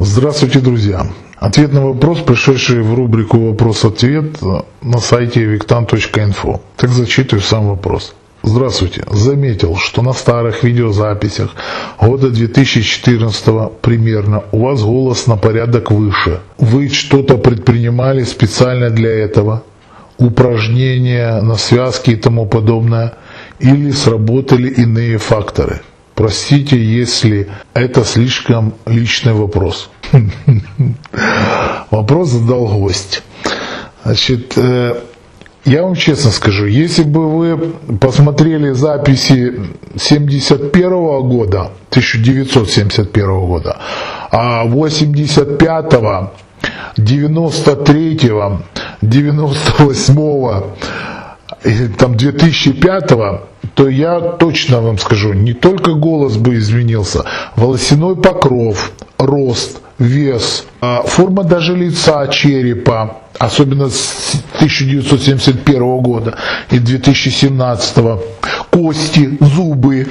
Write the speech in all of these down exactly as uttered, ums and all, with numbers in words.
Здравствуйте, друзья! Ответ на вопрос, пришедший в рубрику «Вопрос-ответ» на сайте виктан точка инфо. Так зачитываю сам вопрос. Здравствуйте! Заметил, что на старых видеозаписях года две тысячи четырнадцатого примерно у вас голос на порядок выше. Вы что-то предпринимали специально для этого? Упражнения на связки и тому подобное? Или сработали иные факторы? Простите, если это слишком личный вопрос. Вопрос задал гость. Значит, я вам честно скажу, если бы вы посмотрели записи семьдесят первого года, тысяча девятьсот семьдесят первого года, а восемьдесят пятого, девяносто третьего, девяносто восьмого, там две тысячи пятого, то я точно вам скажу, не только голос бы изменился, волосяной покров, рост, вес, форма даже лица, черепа, особенно с тысяча девятьсот семьдесят первого года и две тысячи семнадцатого, кости, зубы.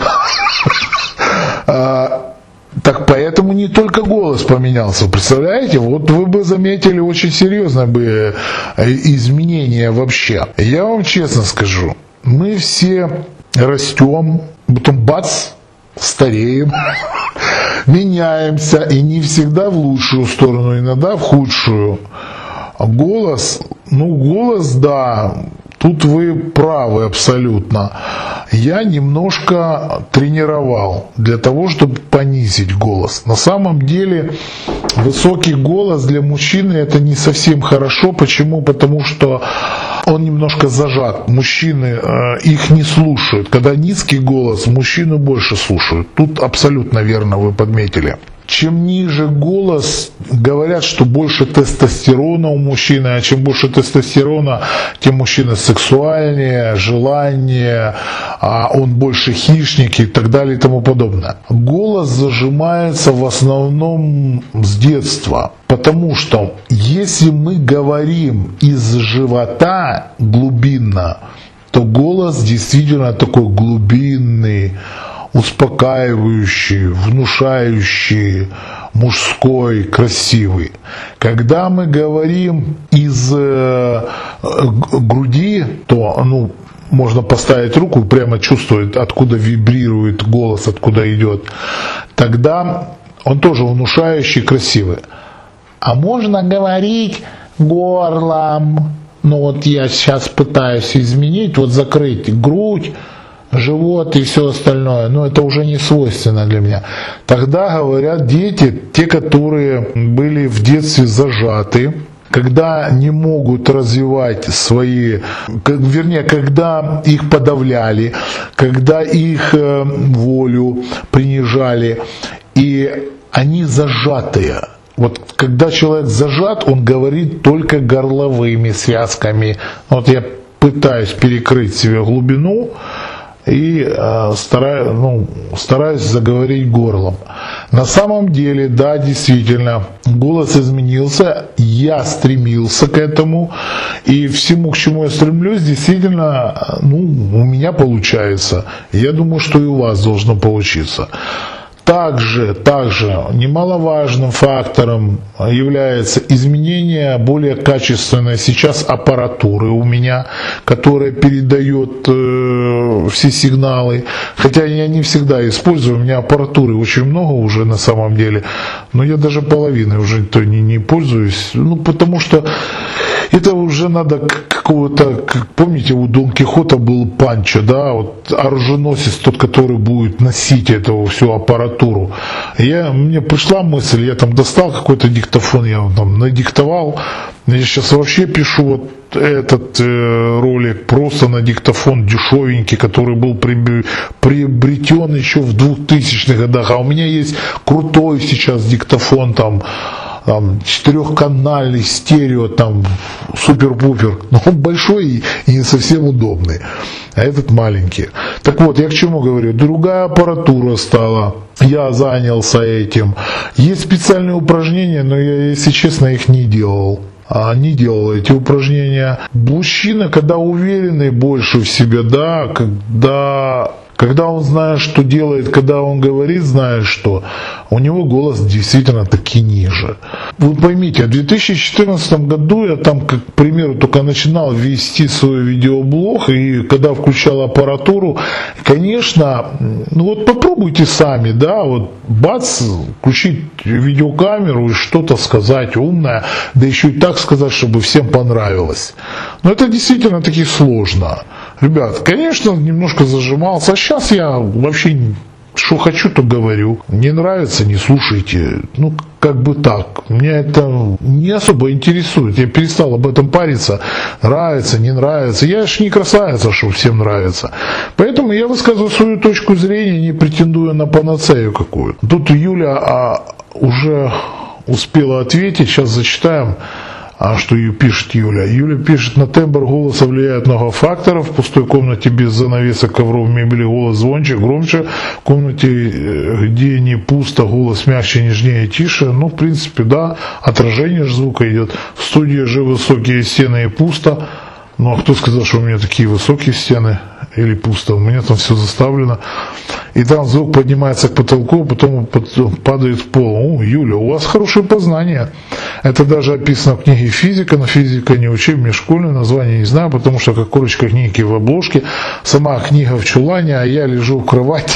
Так поэтому не только голос поменялся, представляете? Вот вы бы заметили очень серьезное бы изменение вообще. Я вам честно скажу, мы все растем, потом бац, стареем, меняемся, и не всегда в лучшую сторону, иногда в худшую. Голос, ну голос, да, тут вы правы абсолютно. Я немножко тренировал для того, чтобы понизить голос. На самом деле высокий голос для мужчины это не совсем хорошо. Почему? Потому что он немножко зажат. Мужчины э, их не слушают. Когда низкий голос, мужчину больше слушают. Тут абсолютно верно вы подметили. Чем ниже голос, говорят, что больше тестостерона у мужчины, а чем больше тестостерона, тем мужчина сексуальнее, желание, а он больше хищник и так далее и тому подобное. Голос зажимается в основном с детства, потому что если мы говорим из живота глубинно, то голос действительно такой глубинный, успокаивающий, внушающий, мужской, красивый. Когда мы говорим из э, груди, то ну, можно поставить руку, прямо чувствовать, откуда вибрирует голос, откуда идет. Тогда он тоже внушающий, красивый. А можно говорить горлом. Ну вот я сейчас пытаюсь изменить, вот закрыть грудь, живот и все остальное, но это уже не свойственно для меня. Тогда говорят дети, те, которые были в детстве зажаты, когда не могут развивать свои, вернее, когда их подавляли, когда их волю принижали, и они зажатые. Вот когда человек зажат, он говорит только горловыми связками. Вот я пытаюсь перекрыть себе глубину, и э, стараюсь, ну, стараюсь заговорить горлом. На самом деле, да, действительно, голос изменился, я стремился к этому, и всему, к чему я стремлюсь, действительно, ну, у меня получается. Я думаю, что и у вас должно получиться. Также, также немаловажным фактором является изменение более качественной сейчас аппаратуры у меня, которая передает э, все сигналы. Хотя я не всегда использую, у меня аппаратуры очень много уже на самом деле, но я даже половиной уже то не, не пользуюсь, ну потому что это уже надо какого-то, помните, у Дон Кихота был Панчо, да, вот оруженосец, тот, который будет носить эту всю аппаратуру. Я, мне пришла мысль, я там достал какой-то диктофон, я там надиктовал, я сейчас вообще пишу вот этот э, ролик просто на диктофон дешевенький, который был приобретен еще в двухтысячных годах, а у меня есть крутой сейчас диктофон там, там четырехканальный стерео, там супер-пупер, но он большой и, и не совсем удобный, а этот маленький. Так вот, я к чему говорю, другая аппаратура стала, я занялся этим. Есть специальные упражнения, но я, если честно, их не делал. Не делал эти упражнения. Мужчина, когда уверенный больше в себе, да, когда Когда он знает, что делает, когда он говорит, знает что, у него голос действительно таки ниже. Вы поймите, в две тысячи четырнадцатом году я там, как, к примеру, только начинал вести свой видеоблог, и когда включал аппаратуру, конечно, ну вот попробуйте сами, да, вот бац, включить видеокамеру и что-то сказать умное, да еще и так сказать, чтобы всем понравилось. Но это действительно таки сложно. Ребят, конечно, немножко зажимался, а сейчас я вообще что хочу, то говорю. Не нравится, не слушайте. Ну, как бы так. Меня это не особо интересует. Я перестал об этом париться. Нравится, не нравится. Я ж не красавица, что всем нравится. Поэтому я высказываю свою точку зрения, не претендуя на панацею какую. Тут Юля а, уже успела ответить. Сейчас зачитаем. А что ее пишет Юля? Юля пишет: на тембр голоса влияет много факторов. В пустой комнате без занавесок, ковров, мебели голос звонче, громче. В комнате, где не пусто, голос мягче, нежнее, тише. Ну, в принципе, да, отражение же звука идет. В студии же высокие стены и пусто. Ну, а кто сказал, что у меня такие высокие стены или пусто? У меня там все заставлено. И там звук поднимается к потолку, потом падает в пол. О, Юля, у вас хорошее познание. Это даже описано в книге «Физика», но физика не учи, мне школьное название не знаю, потому что как корочка книги в обложке, сама книга в чулане, а я лежу в кровати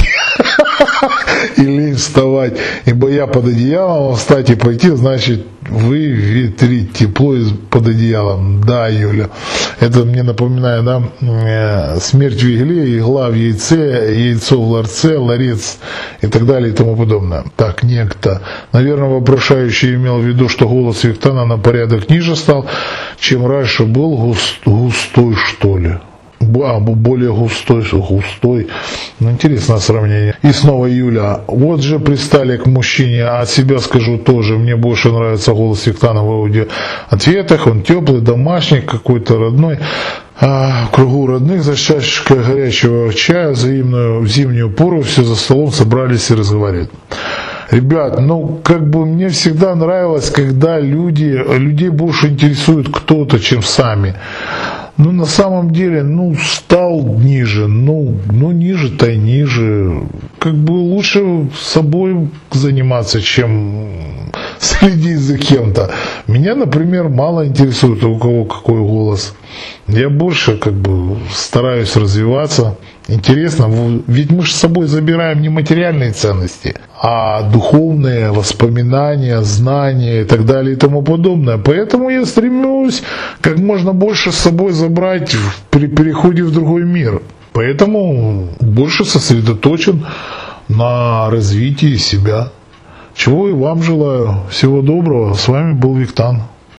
и лень вставать, ибо я под одеялом, встать и пойти, значит выветрить тепло под одеялом. Да, Юля, это мне напоминает, да, смерть в игле, игла в яйце, яйцо в ларце, ларец и так далее и тому подобное. Так, некто, наверное, вопрошающий имел в виду, что голос Виктана на порядок ниже стал, чем раньше был, густ, густой, что ли. А, более густой, густой. Ну, интересное сравнение. И снова Юля. Вот же пристали к мужчине, а от себя скажу тоже. Мне больше нравится голос Виктана в аудиоответах. Он теплый, домашний, какой-то родной. А в кругу родных за чашечкой горячего чая, взаимную, в зимнюю пору все за столом собрались и разговаривают. Ребят, ну, как бы мне всегда нравилось, когда люди, людей больше интересует кто-то, чем сами. Ну, на самом деле, ну, стал ниже, ну, ну ниже-то и ниже. Как бы лучше собой заниматься, чем следить за кем-то. Меня, например, мало интересует, у кого какой голос. Я больше, как бы, стараюсь развиваться. Интересно, ведь мы же с собой забираем не материальные ценности, а духовные воспоминания, знания и так далее и тому подобное. Поэтому я стремлюсь как можно больше с собой забрать при переходе в другой мир. Поэтому больше сосредоточен на развитии себя. Чего и вам желаю. Всего доброго. С вами был Виктан.